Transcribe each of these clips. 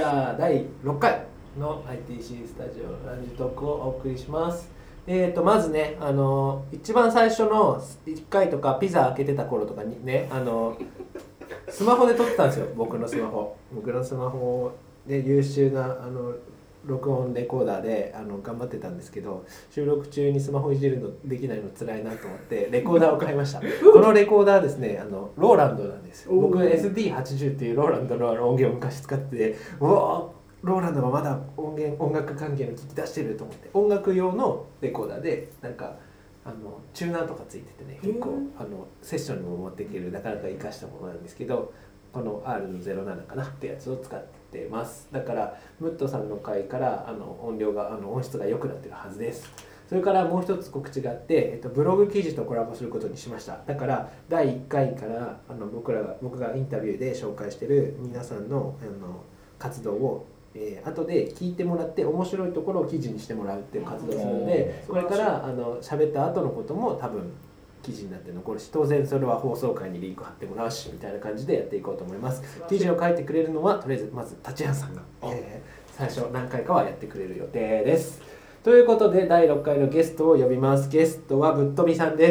ゃあ第6回の ITC スタジオランジトークをお送りします。まずね、一番最初の1回とかピザ開けてた頃とかにね、スマホで撮ってたんですよ。僕のスマホで優秀な録音レコーダーで頑張ってたんですけど、収録中にスマホいじるのできないの辛いなと思ってレコーダーを買いました。このレコーダーですね、ローランドなんですよ。僕 SD80 っていうローランドの音源を昔使ってて、うわローランドがまだ音楽関係の聞き出してると思って、音楽用のレコーダーでなんかチューナーとかついててね、結構セッションにも持っていけるなかなか活かしたものなんですけど、この R07 かなってやつを使ってます。だからムットさんの回から音量が音質が良くなってるはずです。それからもう一つ告知があって、ブログ記事とコラボすることにしました。だから第1回から僕がインタビューで紹介してる皆さんの活動を後で聞いてもらって面白いところを記事にしてもらうっていう活動をするので、これから喋った後のことも多分記事になって残るし、当然それは放送回にリンク貼ってもらうしみたいな感じでやっていこうと思います。記事を書いてくれるのはとりあえずまず立谷さんが、最初何回かはやってくれる予定です。ということで第6回のゲストを呼びます。ゲストはぶっとびさんです。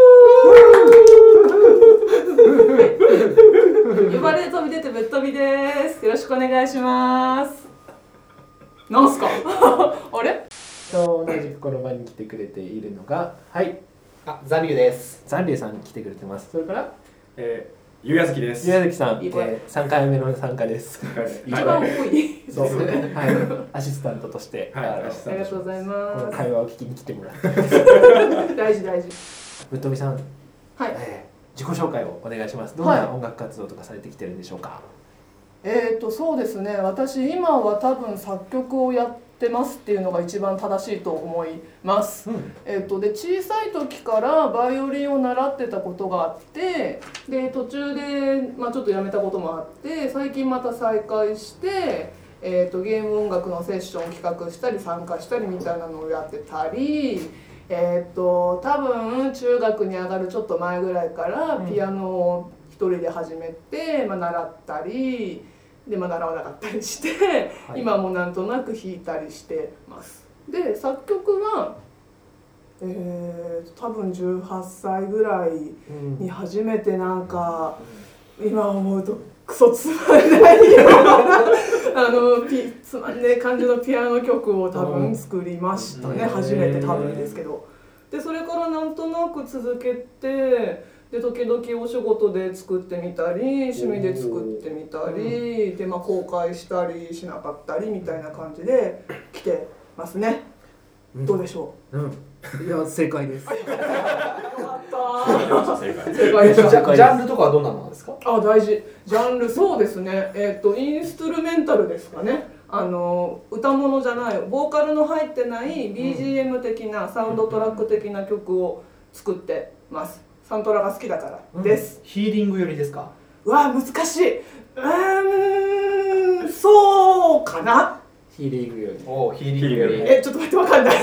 呼ばれ飛び出てぶっ飛びです。よろしくお願いします。なんすかあれと同じくこの場に来てくれているのが、 ザリュウです。 ザンリュウさん来てくれてます。それからゆうやずきです。 ゆうやずきさん、3回目の参加です。 一番多い。 そうですね。はい。アシスタントとして、 ありがとうございます。 この会話を聞きに来てもらって。 大事。 ぶっとびさん、 はい。 自己紹介をお願いします。どんな音楽活動とかされてきてるんでしょうか。 そうですね。私今は多分作曲をやってますっていうのが一番正しいと思います。で小さい時からバイオリンを習ってたことがあって、で途中でちょっとやめたこともあって、最近また再開して、ゲーム音楽のセッションを企画したり参加したりみたいなのをやってたり。多分中学に上がるちょっと前ぐらいからピアノを一人で始めて、習ったりで、習わなかったりして、今もなんとなく弾いたりしてます。で作曲は、多分18歳ぐらいに初めてなんか、今思うとクソつまんないようなつまんねえ感じのピアノ曲を多分作りましたね。初めて多分ですけど。でそれからなんとなく続けて、で時々お仕事で作ってみたり趣味で作ってみたりで、公開したりしなかったりみたいな感じで来てますね。どうでしょう。 いや正解です。 よかった正解でした。 ジャンルとかはどんなのですか？ 大事。ジャンル、そうですね。インストゥルメンタルですかね。歌物じゃない、ボーカルの入ってない BGM 的な、サウンドトラック的な曲を作ってます。サントラが好きだからです。 ヒーリングよりですか？ うわ難しい。そうかな。 ヒーリングより。 ヒーリングより。 ちょっと待って、わかんない。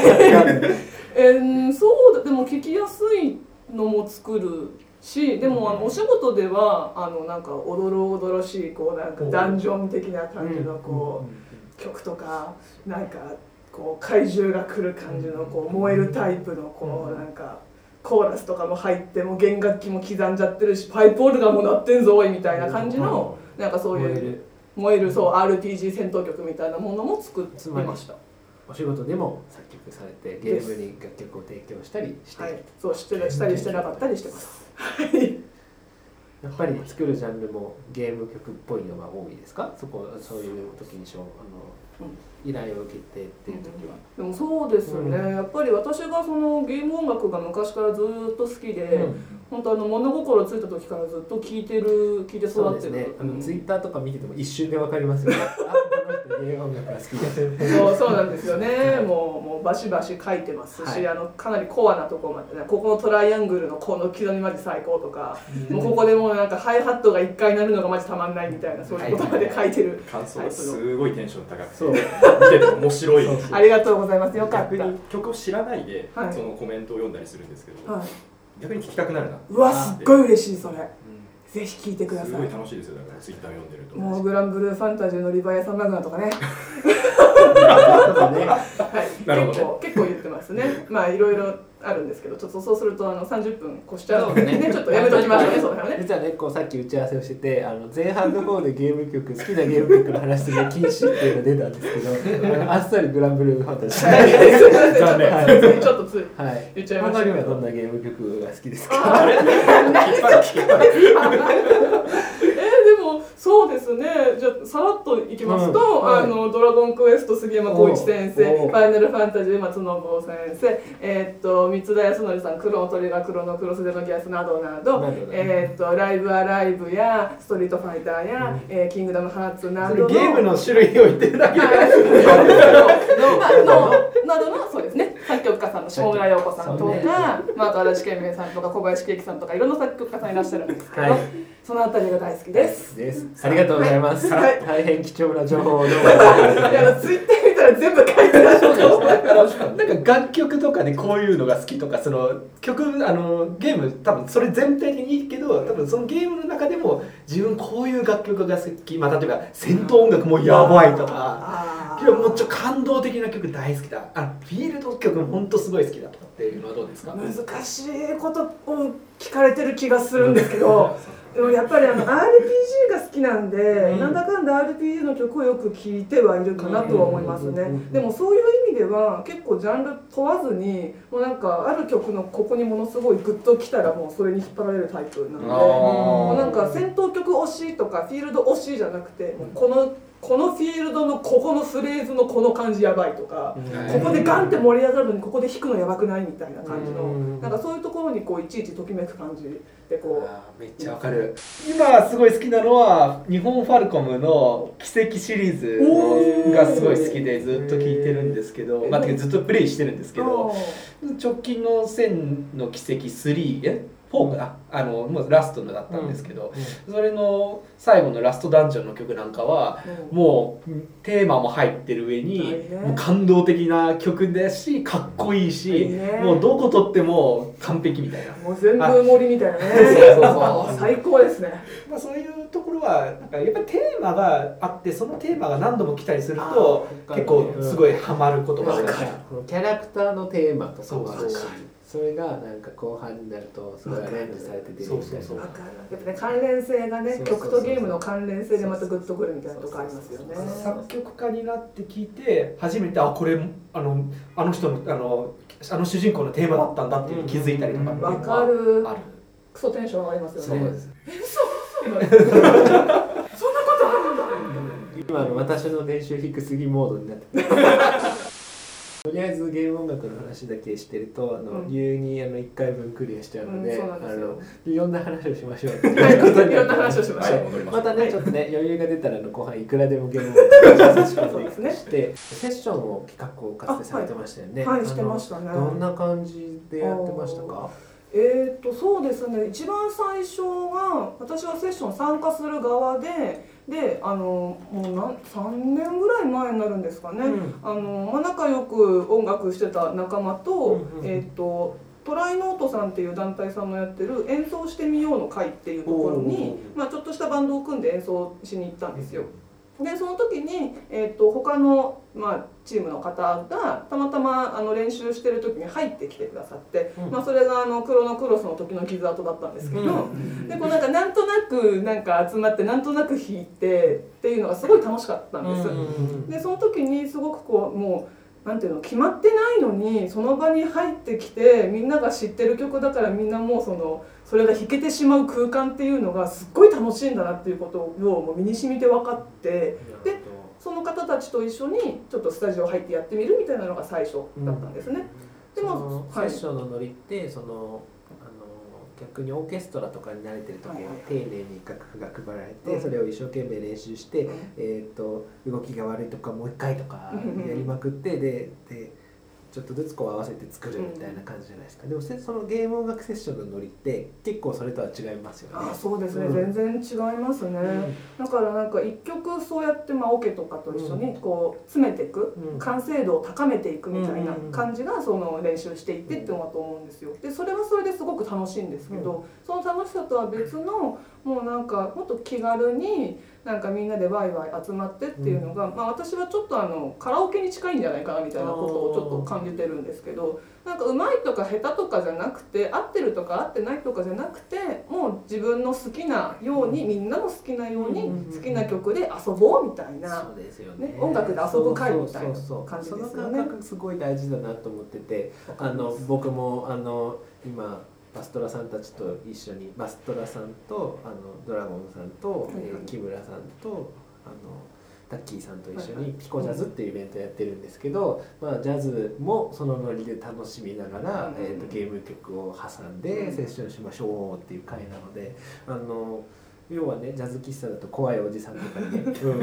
そうだ。でも聞きやすいのも作るし、でもお仕事ではなんかおどろおどろしいなんかダンジョン的な感じの曲とか、なんか怪獣が来る感じの燃えるタイプのなんかコーラスとかも入って、もう弦楽器も刻んじゃってるし、パイプオルガンも鳴ってんぞおいみたいな感じの、なんかそういう燃えるRPG 戦闘曲みたいなものも作ってみました。 お仕事でも作曲されてゲームに楽曲を提供したりして、 そうしたりしてなかったりしてます。 やっぱり作るジャンルもゲーム曲っぽいのが多いですか？そういう時に依頼を受けてっていう時は。 でもそうですね。やっぱり私がゲーム音楽が昔からずっと好きで、本当物心ついた時からずっと聴いて育ってる。 そうですね。ツイッターとか見てても一瞬でわかりますよね。ゲーム音楽が好きで。 そうなんですよね。もうバシバシ書いてますし、かなりコアなところまでね、ここのトライアングルのこの刻みまで最高とか、もうここでもうなんかハイハットが1回鳴るのがマジたまんないみたいな、そういうことまで書いてる。 感想がすごいテンション高くて、見てて面白い。 ありがとうございます。よかった。 逆に曲を知らないでそのコメントを読んだりするんですけど、逆に聞きたくなるな。 うわすっごい嬉しいそれ。 ぜひ聞いてください。 すごい楽しいですよ。だからツイッター読んでると。 もうグランブルーファンタジーのリヴァイアサンマグナとかね。 なるほど結構言ってますね。まあいろいろあるんですけど、ちょっとそうすると30分越しちゃうのでね、ちょっとやめときましょうね、その辺はね。 実はね、こうさっき打ち合わせをしてて、前半の方でゲーム曲、好きなゲーム曲の話するの禁止っていうのが出たんですけど、あっさりグランブルーファンタジー。 残念。ちょっとつい言っちゃいましたけど。 他にはどんなゲーム曲が好きですか？ あれ？ でもそうですね。じゃあさらっといきますと、ドラゴンクエスト杉山浩一先生、ファイナルファンタジー松信夫先生、三田康則さん、クロノトリガー、クロノクロスデノギアスなどなど、ライブアライブやストリートファイターや、キングダムハーツなどのゲームの種類を言ってるだけでなどのそうですね、作曲家さんの下村陽子さんとか、あと足立健明さんとか小林恵樹さんとかいろんな作曲家さんいらっしゃるんですけど、そのあたりが大好きです。 ありがとうございます。大変貴重な情報をどうも。 ツイッター見たら全部書いてらっしゃる。 なんか楽曲とかでこういうのが好きとか、その曲ゲーム多分それ全体的にいいけど、多分そのゲームの中でも自分こういう楽曲が好き、例えば戦闘音楽もやばいとか、もう感動的な曲大好きだ、フィールド曲も本当すごい好きだとかっていうのはどうですか？ 難しいことを聞かれてる気がするんですけど、でもやっぱりRPG が好きなんで、なんだかんだ RPG の曲をよく聴いてはいるかなとは思いますね。でもそういう意味では結構ジャンル問わずに、もうなんかある曲のここにものすごいグッときたらもうそれに引っ張られるタイプなので、もうなんか戦闘曲推しとかフィールド推しじゃなくて、このフィールドのここのフレーズのこの感じやばいとか、ここでガンって盛り上がるのにここで弾くのやばくないみたいな感じの、なんかそういうところにこういちいちときめく感じでこう。 めっちゃわかる。今すごい好きなのは日本ファルコムの奇跡シリーズがすごい好きでずっと聴いてるんですけど、ずっとプレイしてるんですけど、直近の千の奇跡3、4かな、もうラストのだったんですけど、それの最後のラストダンジョンの曲なんかは、もうテーマも入ってる上に、もう感動的な曲だし、かっこいいし、もうどこ撮っても完璧みたいな。 もう全部盛りみたいなね。最高ですね。 そういうところはなんかやっぱりテーマがあって、そのテーマが何度も来たりすると結構すごいハマることがある。 キャラクターのテーマとかもあるし、それがなんか後半になるとそれが連動されて出るみたいな。やっぱね、関連性がね、曲とゲームの関連性でまたグッとくるみたいなとこありますよね。 作曲家になって聞いて初めてこれあの人の主人公のテーマだったんだっていう気づいたりとかっていうのはある。 ある。 クソテンション上がりますよね。嘘。そんなことあるんだ。 今の私の練習低すぎモードになってとりあえずゲーム音楽の話だけしてると理由に1回分クリアしちゃうので、いろんな話をしましょう。 いろんな話をしましょう。 またねちょっとね余裕が出たら後半いくらでもゲーム音楽してセッションを企画をかつてされてましたよね。 はいしてましたね。 どんな感じでやってましたか？ そうですね、一番最初は私はセッション参加する側でもう3年ぐらい前になるんですかね、仲良く音楽してた仲間と、トライノートさんっていう団体さんのやってる演奏してみようの会っていうところに、ちょっとしたバンドを組んで演奏しに行ったんですよ。でその時に、他の、チームの方がたまたま練習してる時に入ってきてくださって、それがクロノクロスの時の傷跡だったんですけど、でこうなんとなく集まってなんとなく弾いてっていうのがすごい楽しかったんです。でその時にすごくこうもうなんていうの決まってないのにその場に入ってきてみんなが知ってる曲だからみんなもうそれが弾けてしまう空間っていうのがすっごい楽しいんだなっていうことをもう身に染みて分かって、でその方たちと一緒にちょっとスタジオ入ってやってみるみたいなのが最初だったんですね。でもセッションのノリって逆にオーケストラとかに慣れてる時に丁寧に楽譜が配られて、それを一生懸命練習して、動きが悪いとかもう一回とかやりまくってでちょっとずつこう合わせて作るみたいな感じじゃないですか。でもそのゲーム音楽セッションのノリって結構それとは違いますよね。 あ、そうですね、全然違いますね、だからなんか一曲そうやってオケとかと一緒にこう詰めていく、完成度を高めていくみたいな感じがその練習していってっていうのだと思うんですよ。でそれはそれですごく楽しいんですけど、その楽しさとは別のもうなんかもっと気軽になんかみんなでワイワイ集まってっていうのが、私はちょっとカラオケに近いんじゃないかなみたいなことをちょっと感じてるんですけど、なんか上手いとか下手とかじゃなくて、合ってるとか合ってないとかじゃなくて、もう自分の好きなように、みんなの好きなように好きな曲で遊ぼうみたいな、 そうですよね、 音楽で遊ぶ会みたいな感じですよね。 その感覚すごい大事だなと思ってて、僕も今バストラさんたちと一緒に、バストラさんとドラゴンさんと、木村さんとタッキーさんと一緒にピコジャズっていうイベントやってるんですけど、ジャズもそのノリで楽しみながら、ゲーム曲を挟んでセッションしましょうっていう会なので、要はね、ジャズ喫茶だと怖いおじさんとかにね「なんで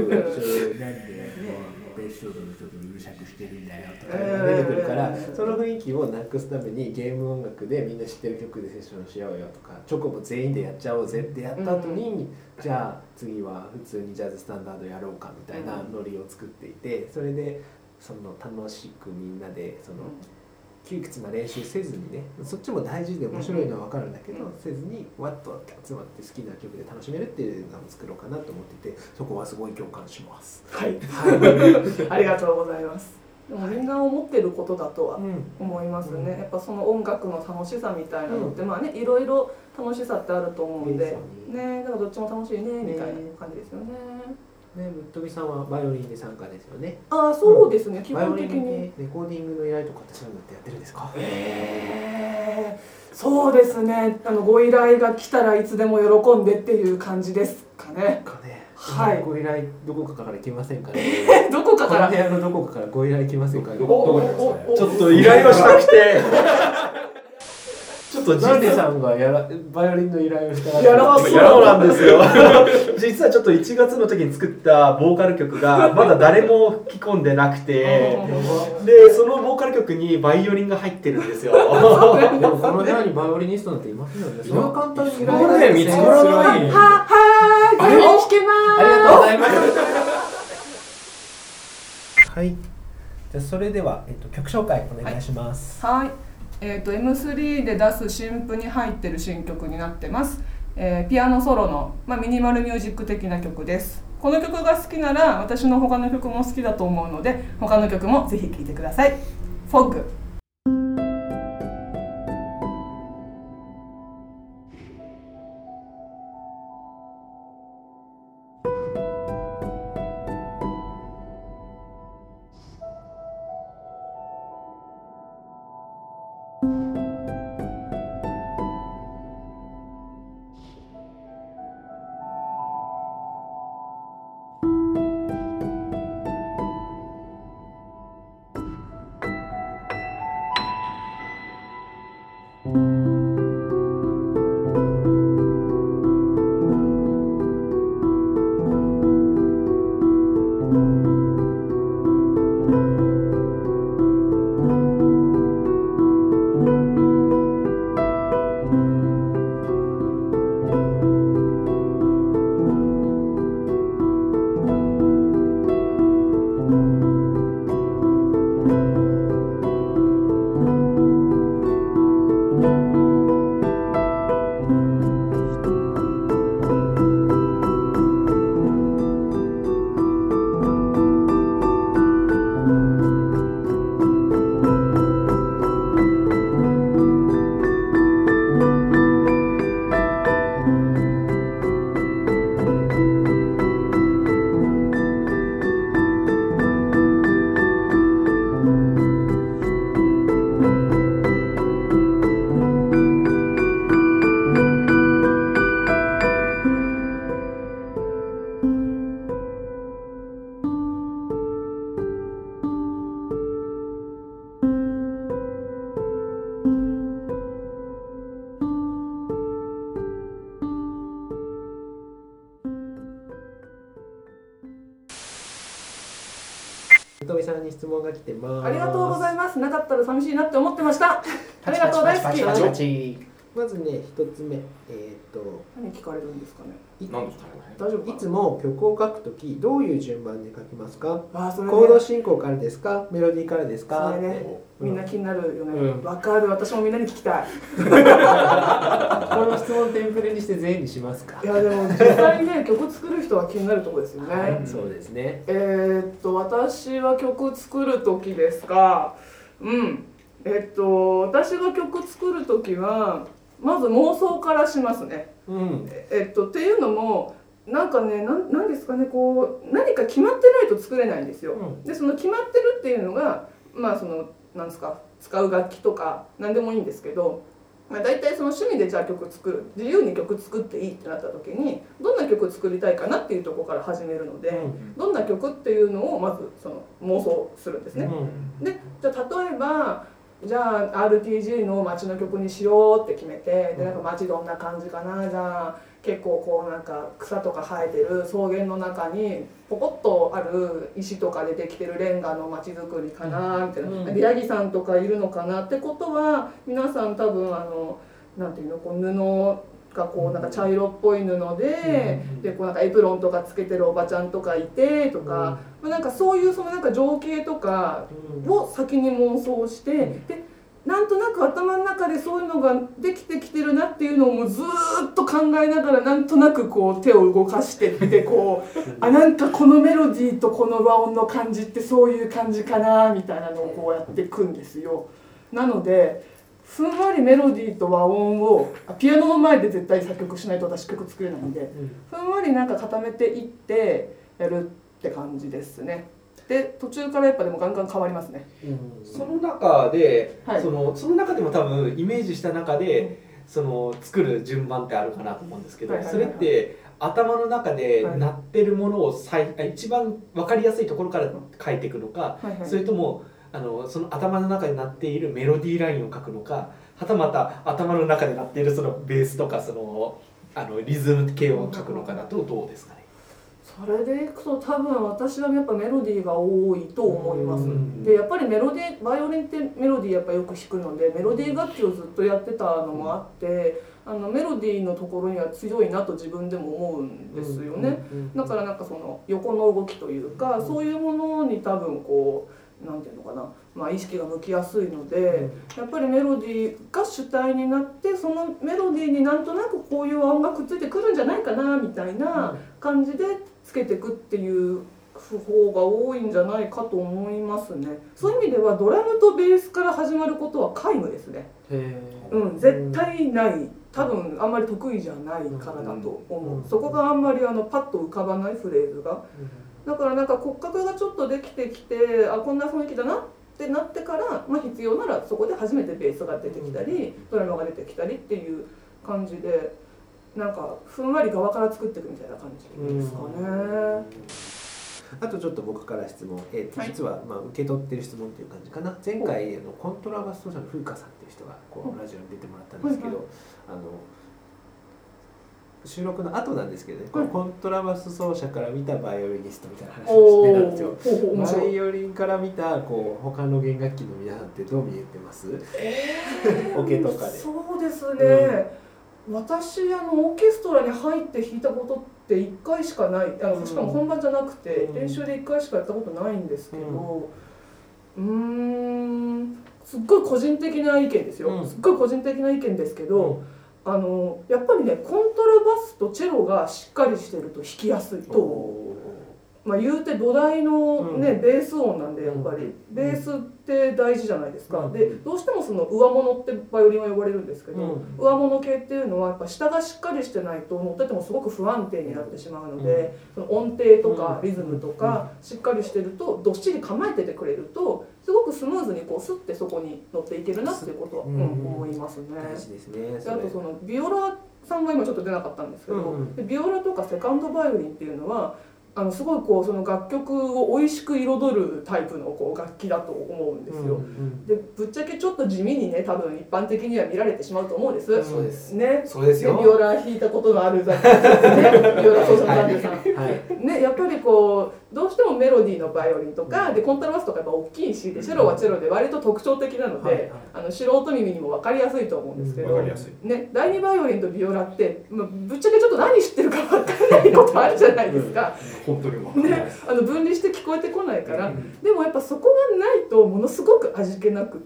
ベストの人にうるさくしてるんだよ」とか出てくるから、その雰囲気をなくすためにゲーム音楽でみんな知ってる曲でセッションしようよとか、チョコも全員でやっちゃおうぜってやった後に、じゃあ次は普通にジャズスタンダードやろうかみたいなノリを作っていて、それでその楽しくみんなでその窮屈な練習せずにね、そっちも大事で面白いのは分かるんだけど、せずにわっと集まって好きな曲で楽しめるっていうのを作ろうかなと思ってて、そこはすごい共感します。 はい、ありがとうございます。でもみんな思ってることだとは思いますね、やっぱその音楽の楽しさみたいなのって、いろいろ楽しさってあると思うんで、ね、だからどっちも楽しいねみたいな感じですよね。 ぶっ飛びさんはバイオリンで参加ですよね。 ああ、そうですね、基本的に。 レコーディングの依頼とかってそういうのってやってるんですか？ そうですね、ご依頼が来たらいつでも喜んでっていう感じですかね。はい。 ご依頼どこかから来ませんかね。 どこかから。 この部屋のどこかからご依頼来ませんかね。 ちょっと依頼をしたくて。ちょっとナンデさんがバイオリンの依頼をしたらそうなんですよ。実はちょっと1月の時に作ったボーカル曲がまだ誰も吹き込んでなくて、でそのボーカル曲にバイオリンが入ってるんですよ。でもこの部屋にバイオリニストなんていませんよね。そんな簡単に依頼が見つからない。 バイオリン弾けます。 ありがとうございます。はい。じゃあそれでは曲紹介お願いします。 はい。M3 で出す新譜に入ってる新曲になってます。ピアノソロの、ミニマルミュージック的な曲です。この曲が好きなら私の他の曲も好きだと思うので、他の曲もぜひ聴いてください。フォッグ。 に質問が来てます。 ありがとうございます。なかったら寂しいなって思ってました。ありがとう、大好き。 パチまずね、一つ目、 何聞かれるんですかね。 何ですかね。 大丈夫かな。 いつも曲を書くときどういう順番で書きますか？ それね、 コード進行からですか？メロディーからですか？ それね、みんな気になるよね。 うんわかる。私もみんなに聞きたい。 この質問テンプレにして全員にしますか？ いやでも実際ね曲作る人は気になるところですよね。 はい、そうですね。 私は曲作る時ですが、私が曲作る時はまず妄想からしますね。っていうのもなんかね、なんですかね、こう何か決まってないと作れないんですよ。でその決まってるっていうのがそのなんですか、使う楽器とか何でもいいんですけど、大体その趣味でじゃあ曲作る、自由に曲作っていいってなった時にどんな曲作りたいかなっていうところから始めるので、どんな曲っていうのをまずその妄想するんですね。でじゃあ例えばじゃあ RTG の街の曲にしようって決めて、でなんか街どんな感じかな、じゃあ結構こうなんか草とか生えてる草原の中にポコッとある石とかでできてるレンガの街づくりかなみたいな、でヤギさんとかいるのかなってことは皆さん多分なんていうの、こう布がこうなんか茶色っぽい布で、でこうなんかエプロンとかつけてるおばちゃんとかいてとか、なんかそういうそのなんか情景とかを先に妄想して、でなんとなく頭の中でそういうのができてきてるなっていうのをもうずーっと考えながらなんとなくこう手を動かしてってこうなんかこのメロディーとこの和音の感じってそういう感じかなみたいなのをこうやっていくんですよ。なのでふんわりメロディーと和音をピアノの前で絶対作曲しないと私曲作れないんで、ふんわりなんか固めていってやるって感じですね。で途中からやっぱでもガンガン変わりますね。 その中で、 はい、 その中でも多分イメージした中で、その作る順番ってあるかなと思うんですけど、それって頭の中で鳴ってるものを一番分かりやすいところから書いていくのか、それともその頭の中で鳴っているメロディーラインを書くのか、はたまた頭の中で鳴っているそのベースとかそのリズム系を書くのかだとどうですかね。 それでいくと多分私はやっぱメロディーが多いと思います。でやっぱりメロディー、バイオリンってメロディーやっぱよく弾くのでメロディー楽器をずっとやってたのもあって、メロディーのところには強いなと自分でも思うんですよね。だからなんかその横の動きというかそういうものに多分こうなんていうのかな、意識が向きやすいので、やっぱりメロディーが主体になってそのメロディーになんとなくこういう音楽ついてくるんじゃないかなみたいな感じでつけていくっていう方が多いんじゃないかと思いますね。そういう意味ではドラムとベースから始まることは皆無ですね。絶対ない。多分あんまり得意じゃないからだと思う。そこがあんまりパッと浮かばないフレーズが。だからなんか骨格がちょっとできてきてこんな雰囲気だなってなってから、必要ならそこで初めてベースが出てきたりドラムが出てきたりっていう感じでなんかふんわり側から作っていくみたいな感じですかね。 あとちょっと僕から質問、実は受け取ってる質問っていう感じかな。前回コントラバス奏者の風花さんっていう人がこうラジオに出てもらったんですけど、収録の後なんですけどね、コントラバス奏者から見たバイオリニストみたいな話をしてたんですよ。バイオリンから見た他の弦楽器の皆さんってどう見えてます？オケとかで。 そうですね。私オーケストラに入って弾いたことって1回しかない。しかも本番じゃなくて練習で1回しかやったことないんですけど、すっごい個人的な意見ですよ。すっごい個人的な意見ですけど。やっぱりねコントラバスとチェロがしっかりしてると弾きやすいと思う。言うて土台のね、ベース音なんでやっぱりベースって大事じゃないですか。でどうしてもその上物ってバイオリンは呼ばれるんですけど、上物系っていうのはやっぱ下がしっかりしてないと乗っててもすごく不安定になってしまうので、その音程とかリズムとかしっかりしてるとどっしり構えててくれるとすごくスムーズにこうスッてそこに乗っていけるなっていうことは思いますね。あとそのビオラさんが今ちょっと出なかったんですけど、ビオラとかセカンドバイオリンっていうのはすごいこうその楽曲を美味しく彩るタイプのこう楽器だと思うんですよ。でぶっちゃけちょっと地味にね多分一般的には見られてしまうと思うんです。 そうですね。 そうですよ。 ビオラ弾いたことのある楽器ですね。ビオラ奏者の男女さん。ねやっぱりこうどうしてもメロディーのバイオリンとかでコントラバスとかやっぱ大きいしでチェロはチェロで割と特徴的なので、素人耳にも分かりやすいと思うんですけど、ね、第2バイオリンとビオラって、ぶっちゃけちょっと何知ってるか分からないことあるじゃないですか。 本当に分かんないです、 ね、分離して聞こえてこないから、でもやっぱそこがないとものすごく味気なくって、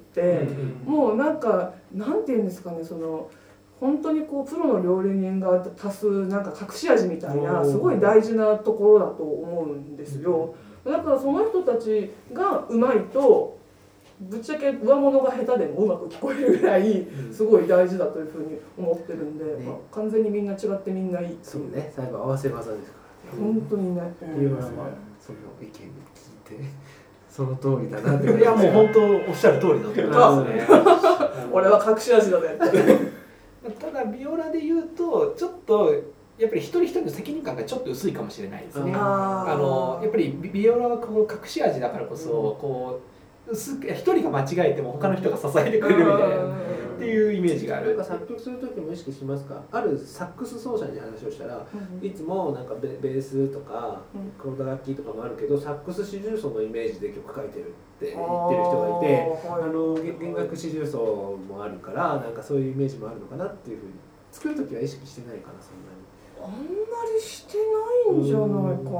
もうなんかなんていうんですかね、その本当にこうプロの料理人が足すなんか隠し味みたいなすごい大事なところだと思うんですよ。だからその人たちがうまいとぶっちゃけ上物が下手でもうまく聞こえるぐらいすごい大事だというふうに思ってるんで、完全にみんな違ってみんないいっていう。 そうね、最後合わせ技ですからね。 本当にね。 ビオラはその意見聞いてその通りだなって。 いやもう本当おっしゃる通りだと思いますね。 俺は隠し味だね。 ただビオラで言うとちょっとやっぱり一人一人の責任感がちょっと薄いかもしれないですね。やっぱりビオラはこう隠し味だからこそ、こう一人が間違えても他の人が支えてくれるみたいなっていうイメージがある。 なんか作曲する時も意識しますか？あるサックス奏者に話をしたら、いつもなんかベースとか黒田楽器とかもあるけど、サックス四重奏のイメージで曲書いてるって言ってる人がいて、弦楽四重奏もあるからなんかそういうイメージもあるのかなっていうふうに作る時は意識してないかな、そんなに。 あんまりしてないんじゃないか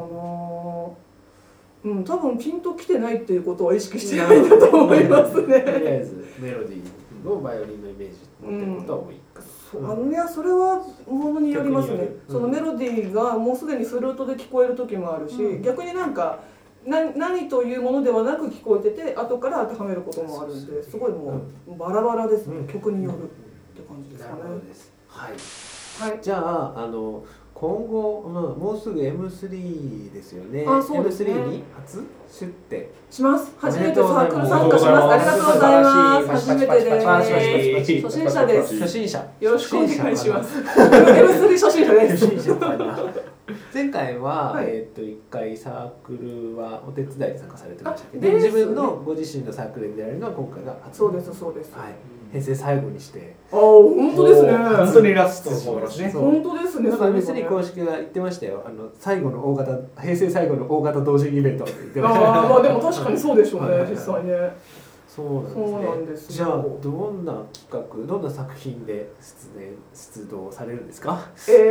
な。多分ピンときてないっていうことは意識してないんだと思いますね。 とりあえずメロディーのバイオリンのイメージ持ってることは多いか。 いやそれはものによりますね。そのメロディーがもうすでにフルートで聞こえる時もあるし、逆になんか何というものではなく聞こえてて後から当てはめることもあるんで、すごいもうバラバラですね、曲によるって感じですかね。 はい、じゃあ今後、もうすぐ M3 ですよね。 そうですね。 M3 に初出展します。初めてサークル参加します。ありがとうございます。初めてです。初心者です。 初心者。 よろしくお願いします。M3 初心者です。 前回は、1回サークルはお手伝いに参加されてましたけど、自分のご自身のサークルでやるのは今回が初。 そうですそうです。 はい。平成最後にして。 本当ですね。 本当にラストですね。 本当ですね。 だからM3公式が言ってましたよ。最後の平成最後の大型同時イベントって言ってました。 まあでも確かにそうでしょうね、実際ね。 そうなんですね。じゃあどんな企画、どんな作品で出動されるんですか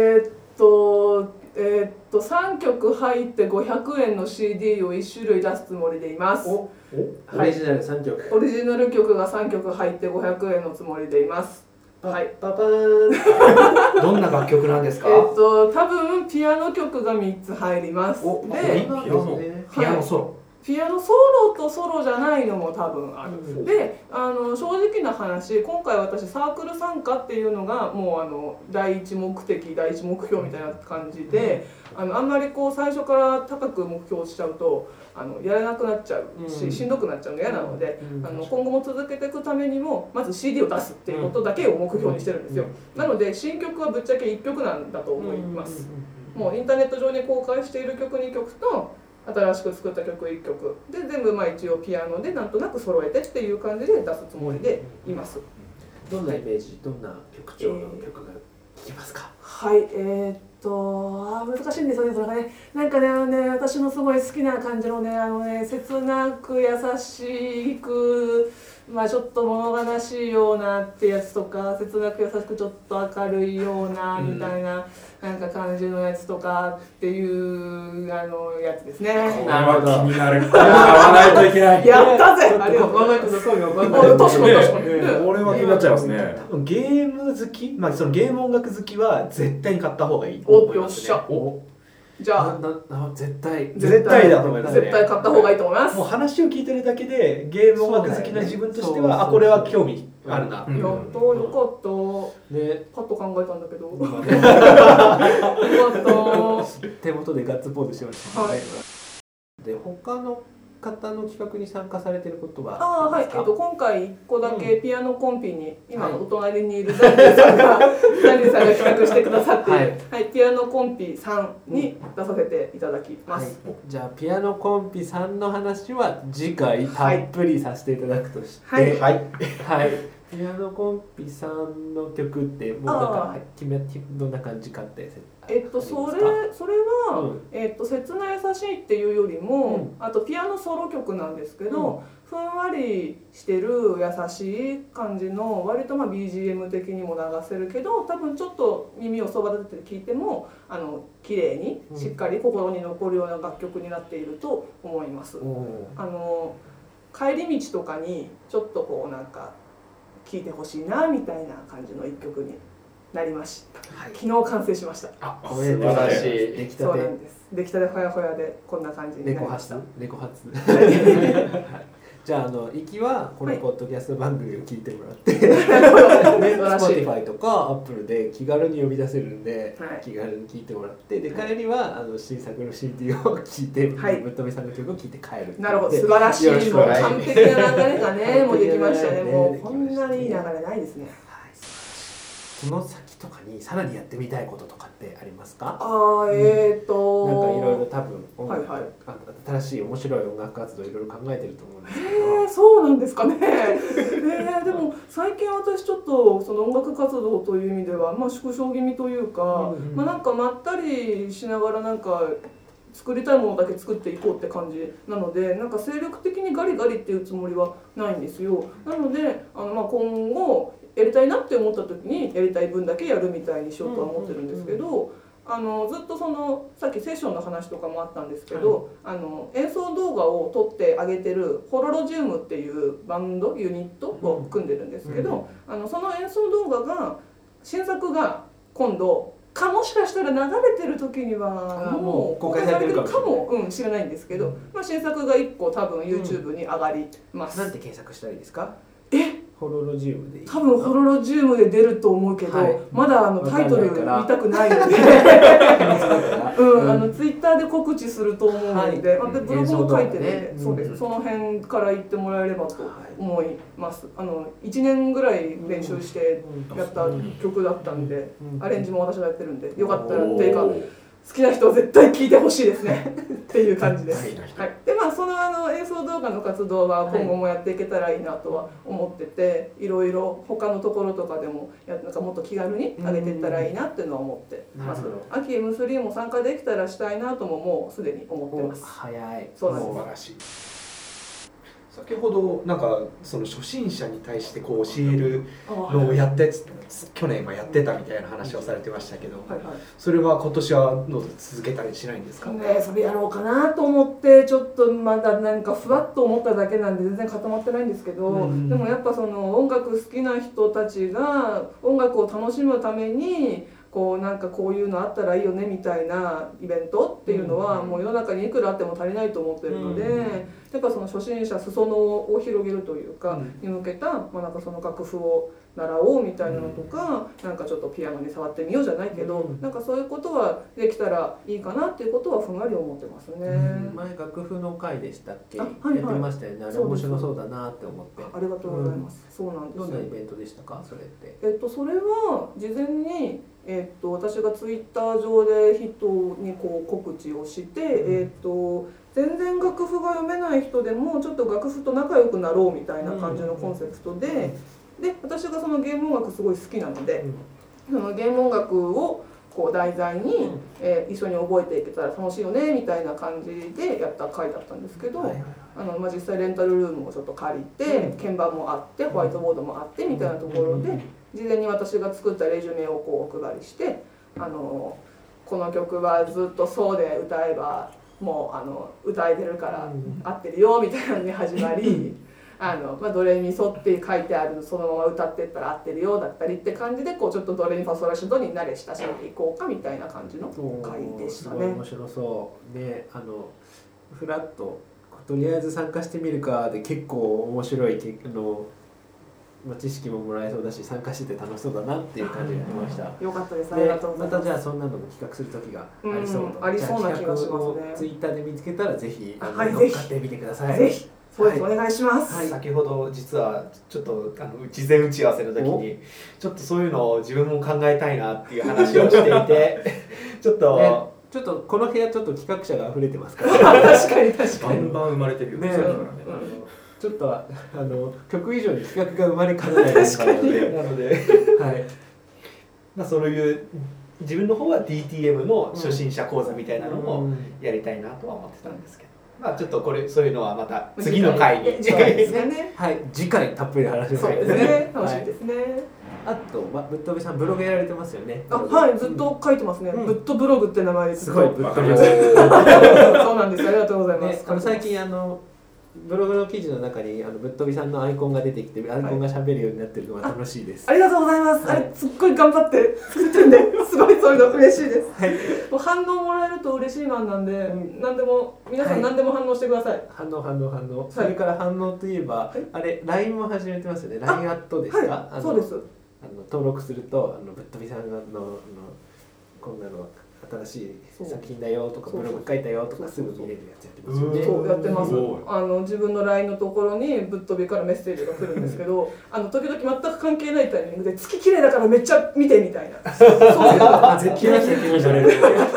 ？3曲入って500円の CD を1種類出すつもりでいます。 オリジナル3曲。 オリジナル曲が3曲入って500円のつもりでいます。はい。 パパーン。 どんな楽曲なんですか？ 多分ピアノ曲が3つ入ります。で、 ピアノソロ。 ピアノソロとソロじゃないのも多分ある。で、正直な話、今回私サークル参加っていうのがもう第一目的、第一目標みたいな感じで、あんまりこう最初から高く目標しちゃうとやれなくなっちゃうし、しんどくなっちゃうのが嫌なので、今後も続けていくためにもまず CD を出すっていうことだけを目標にしてるんですよ。なので新曲はぶっちゃけ1曲なんだと思います。もうインターネット上に公開している曲2曲と新しく作った曲1曲で全部一応ピアノでなんとなく揃えてっていう感じで出すつもりでいます。 どんなイメージ、どんな曲調の曲が聴けますか？ はい、難しいんですよね、それがね。なんかね、私のすごい好きな感じのね、切なく優しく、ちょっと物悲しいようなってやつとか、切なく優しくちょっと明るいようなみたいな、なんか感じのやつとかっていうやつですね。 なるほど。気になる。買わないといけない。 やったぜ。 ありがとうございます。そうよ。 確かに確かに。 俺は気になっちゃいますね。 ゲーム好き、そのゲーム音楽好きは絶対に買った方がいいと思いますね。 よっしゃ。じゃあ絶対だと思いますね。 絶対買った方がいいと思います。 もう話を聞いてるだけでゲーム音楽好きな自分としては、これは興味あるな。やっとよかった。パッと考えたんだけど。よかった。 手元でガッツポーズしてました。はい。で他の方の企画に参加されていることははい、今回1個だけピアノコンピに今のお隣にいるザンディさんが企画してくださっている、はい、ピアノコンピ3に出させていただきます。 じゃあピアノコンピ3の話は次回たっぷりさせていただくとして、 ピアノコンピさんの曲ってもうなんかどんな感じかってそれは、切な優しいっていうよりも、あとピアノソロ曲なんですけど、ふんわりしてる優しい感じの割とBGM 的にも流せるけど、多分ちょっと耳をそば立てて聴いても綺麗にしっかり心に残るような楽曲になっていると思います。帰り道とかにちょっとこうなんか聴いてほしいなみたいな感じの一曲になりました、はい、昨日完成しました。 素晴らしい。 出来たて。 そうなんです。出来たてほやほやでこんな感じになりました。 猫発じゃあ行きはこのポッドキャスト番組を聞いてもらって、Spotify とか Apple で気軽に呼び出せるんで、気軽に聞いてもらって、で帰りは新作の CD を聞いて、ぶっとべさんの曲を聞いて帰る。 なるほど、素晴らしい。もう完璧な流れがねもうできましたね。もうこんなにいい流れないですね。 この先とかにさらにやってみたいこととかってありますか？ なんかいろいろ多分新しい面白い音楽活動いろいろ考えてると思うんですけど。 そうなんですかね。でも最近私ちょっとその音楽活動という意味では縮小気味というか、なんかまったりしながらなんか作りたいものだけ作っていこうって感じなので、なんか精力的にガリガリっていうつもりはないんですよ。なので今後やりたいなって思った時にやりたい分だけやるみたいにしようとは思ってるんですけど、ずっとさっきセッションの話とかもあったんですけど、演奏動画を撮ってあげてるホロロジウムっていうバンドユニットを組んでるんですけど、その演奏動画が新作が今度もしかしたら流れてる時にはもう公開されてるかもしれないんですけど、新作が1個多分 YouTube に上がります。 なんて検索したらいいですか？ホロロジウムでいい？ 多分ホロロジウムで出ると思うけど、まだタイトル見たくないのでツイッターで告知すると思うので、ブログを書いてるんで、そうです、その辺から言ってもらえればと思います。1年ぐらい練習してやった曲だったんで、アレンジも私がやってるんで、よかったらっていうか好きな人は絶対聴いてほしいですねっていう感じです。はい、でその演奏動画の活動は今後もやっていけたらいいなとは思ってて、いろいろ他のところとかでもなんかもっと気軽に上げていったらいいなっていうのは思ってます。秋 M3 も参加できたらしたいなとももうすでに思ってます。 早い。 そうなんです。 素晴らしい。先ほどなんかその初心者に対してこう教えるのをやって去年やってたみたいな話をされてましたけど、それは今年はどうぞ続けたりしないんですか？ それやろうかなと思ってちょっとまだなんかふわっと思っただけなんで全然固まってないんですけど、でもやっぱその音楽好きな人たちが音楽を楽しむためになんかこういうのあったらいいよねみたいなイベントっていうのはもう世の中にいくらあっても足りないと思ってるので、やっぱその初心者裾野を広げるというかに向けたなんかその楽譜を習おうみたいなのとか、なんかちょっとピアノに触ってみようじゃないけど、なんかそういうことはできたらいいかなっていうことはふんわり思ってますね。 前楽譜の会でしたっけ？やってましたよね。あれ面白そうだなって思って。 ありがとうございます。そうなんですよ。 どんなイベントでしたか？それって。 それは事前に私がツイッター上で人に告知をして、全然楽譜が読めない人でもちょっと楽譜と仲良くなろうみたいな感じのコンセプトで、私がそのゲーム音楽すごい好きなので、そのゲーム音楽を題材に、一緒に覚えていけたら楽しいよねみたいな感じでやった回だったんですけど、実際レンタルルームをちょっと借りて、鍵盤もあってホワイトボードもあってみたいなところで、事前に私が作ったレジュメをお配りして、この曲はずっとそうで歌えばもう歌えてるから合ってるよみたいなのに始まりドレミソって書いてあるそのまま歌ってったら合ってるよだったりって感じでちょっとドレミファソラシドに慣れ親しんでいこうかみたいな感じの回でしたね。 面白そうね。フラッととりあえず参加してみるかで結構面白い知識ももらえそうだし参加してて楽しそうだなっていう感じがしました。 よかったです。ありがとうございます。 またじゃあそんなのも企画する時がありそうありそうな気がしますね。 ツイッターで見つけたらぜひ乗っかってみてください。 ぜひそうです、お願いします。 先ほど実はちょっと事前打ち合わせの時にちょっとそういうのを自分も考えたいなっていう話をしていてちょっとこの部屋ちょっと企画者が溢れてますから。 確かにバンバン生まれてるよね。 ちょっと曲以上に企画が生まれかねないですからね。 なので、 はい。 まあそういう自分の方は DTM の初心者講座みたいなのもやりたいなとは思ってたんですけど、まあちょっとそういうのはまた次の回に。 次回ですね。 はい、次回たっぷり話します。 そうですね。楽しいですね。 あとぶっ飛びさんブログやられてますよね。 はい、ずっと書いてますね。ぶっとブログって名前です。 すごいぶっ飛び。 そうなんです。ありがとうございます。 最近ブログの記事の中にぶっ飛びさんのアイコンが出てきて、アイコンが喋るようになってるのが楽しいです。 ありがとうございます。あれすっごい頑張って作ってるんで、すごいそういうの嬉しいです。もう反応もらえると嬉しいマンなんで、何でも皆さん何でも反応してください。 反応。それから反応といえばあれ LINE も始めてますよね。LINE アットですか？ そうです。 登録するとぶっ飛びさんのこんなの新しい作品だよとかブログ書いたよとかすぐ見れるやつやってますよね。 そうやってます。自分の LINE のところにぶっ飛びからメッセージが来るんですけど、時々全く関係ないタイミングで月綺麗だからめっちゃ見てみたいな。そういうの絶対来ましたね。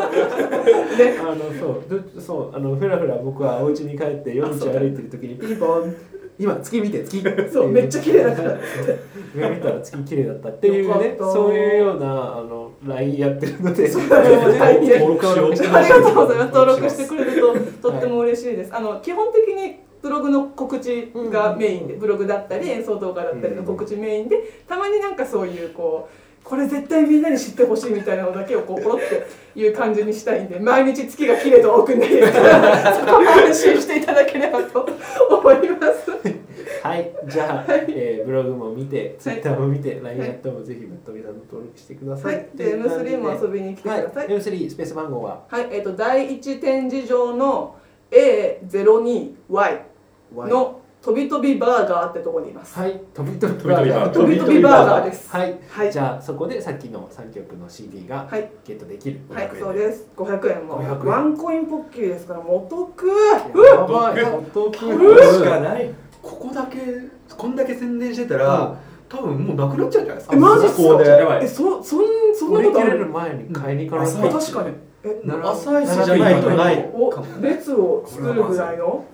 そうふらふら僕はお家に帰って夜道を歩いてる時にピンポン。今月見て月そうめっちゃ綺麗だから上見たら月綺麗だったっていうね、そういうようなLINE やってるので登録してありがとうございます。登録してくれるととっても嬉しいです。基本的にブログの告知がメインで、ブログだったり演奏動画だったりの告知メインで、たまになんかそういうこれ絶対みんなに知ってほしいみたいなのだけをポロっていう感じにしたいんで、毎日月が綺麗とは多くないですからそこは安心していただければと思います。 はい、じゃあ、ブログも見て、ツイッターも見て、LINE やってもぜひぶっ飛びさんの登録してください。 はい、で M3 も遊びに来てください。 M3 スペース番号は、 はい、第1展示場の A02Y の飛び飛びバーガーってとこにいます。 はい、飛び飛びバーガー。 飛び飛びバーガーです。 はい、じゃあそこでさっきの3曲の CD がゲットできる。 はい、そうです。500円も。ワンコインポッキーですからもうお得。 やばい、お得しかない。こんだけ宣伝してたら、多分もうなくなっちゃうんじゃないですか。 マジっすか？そんなことある？ 売り切れる前に買いに行かないと。 確かに。 朝一じゃないとないかも。 列を作るぐらいの。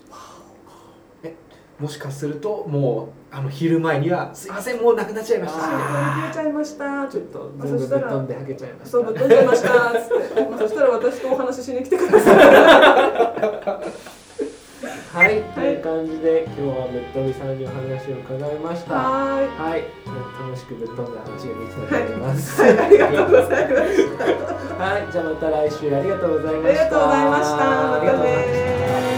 もしかするともう昼前にはすいませんもうなくなっちゃいました。 なくなっちゃいました。 ちょっと全部ぶっ飛んではけちゃいました。 そうぶっ飛んじゃいました。そしたら私とお話ししに来てください。 はい、という感じで今日はぶっ飛びさんにお話を伺いました。はい、楽しくぶっ飛んだ話ができたと思います。 はい、ありがとうございました。 はい、じゃあまた来週ありがとうございました。 ありがとうございました。またね。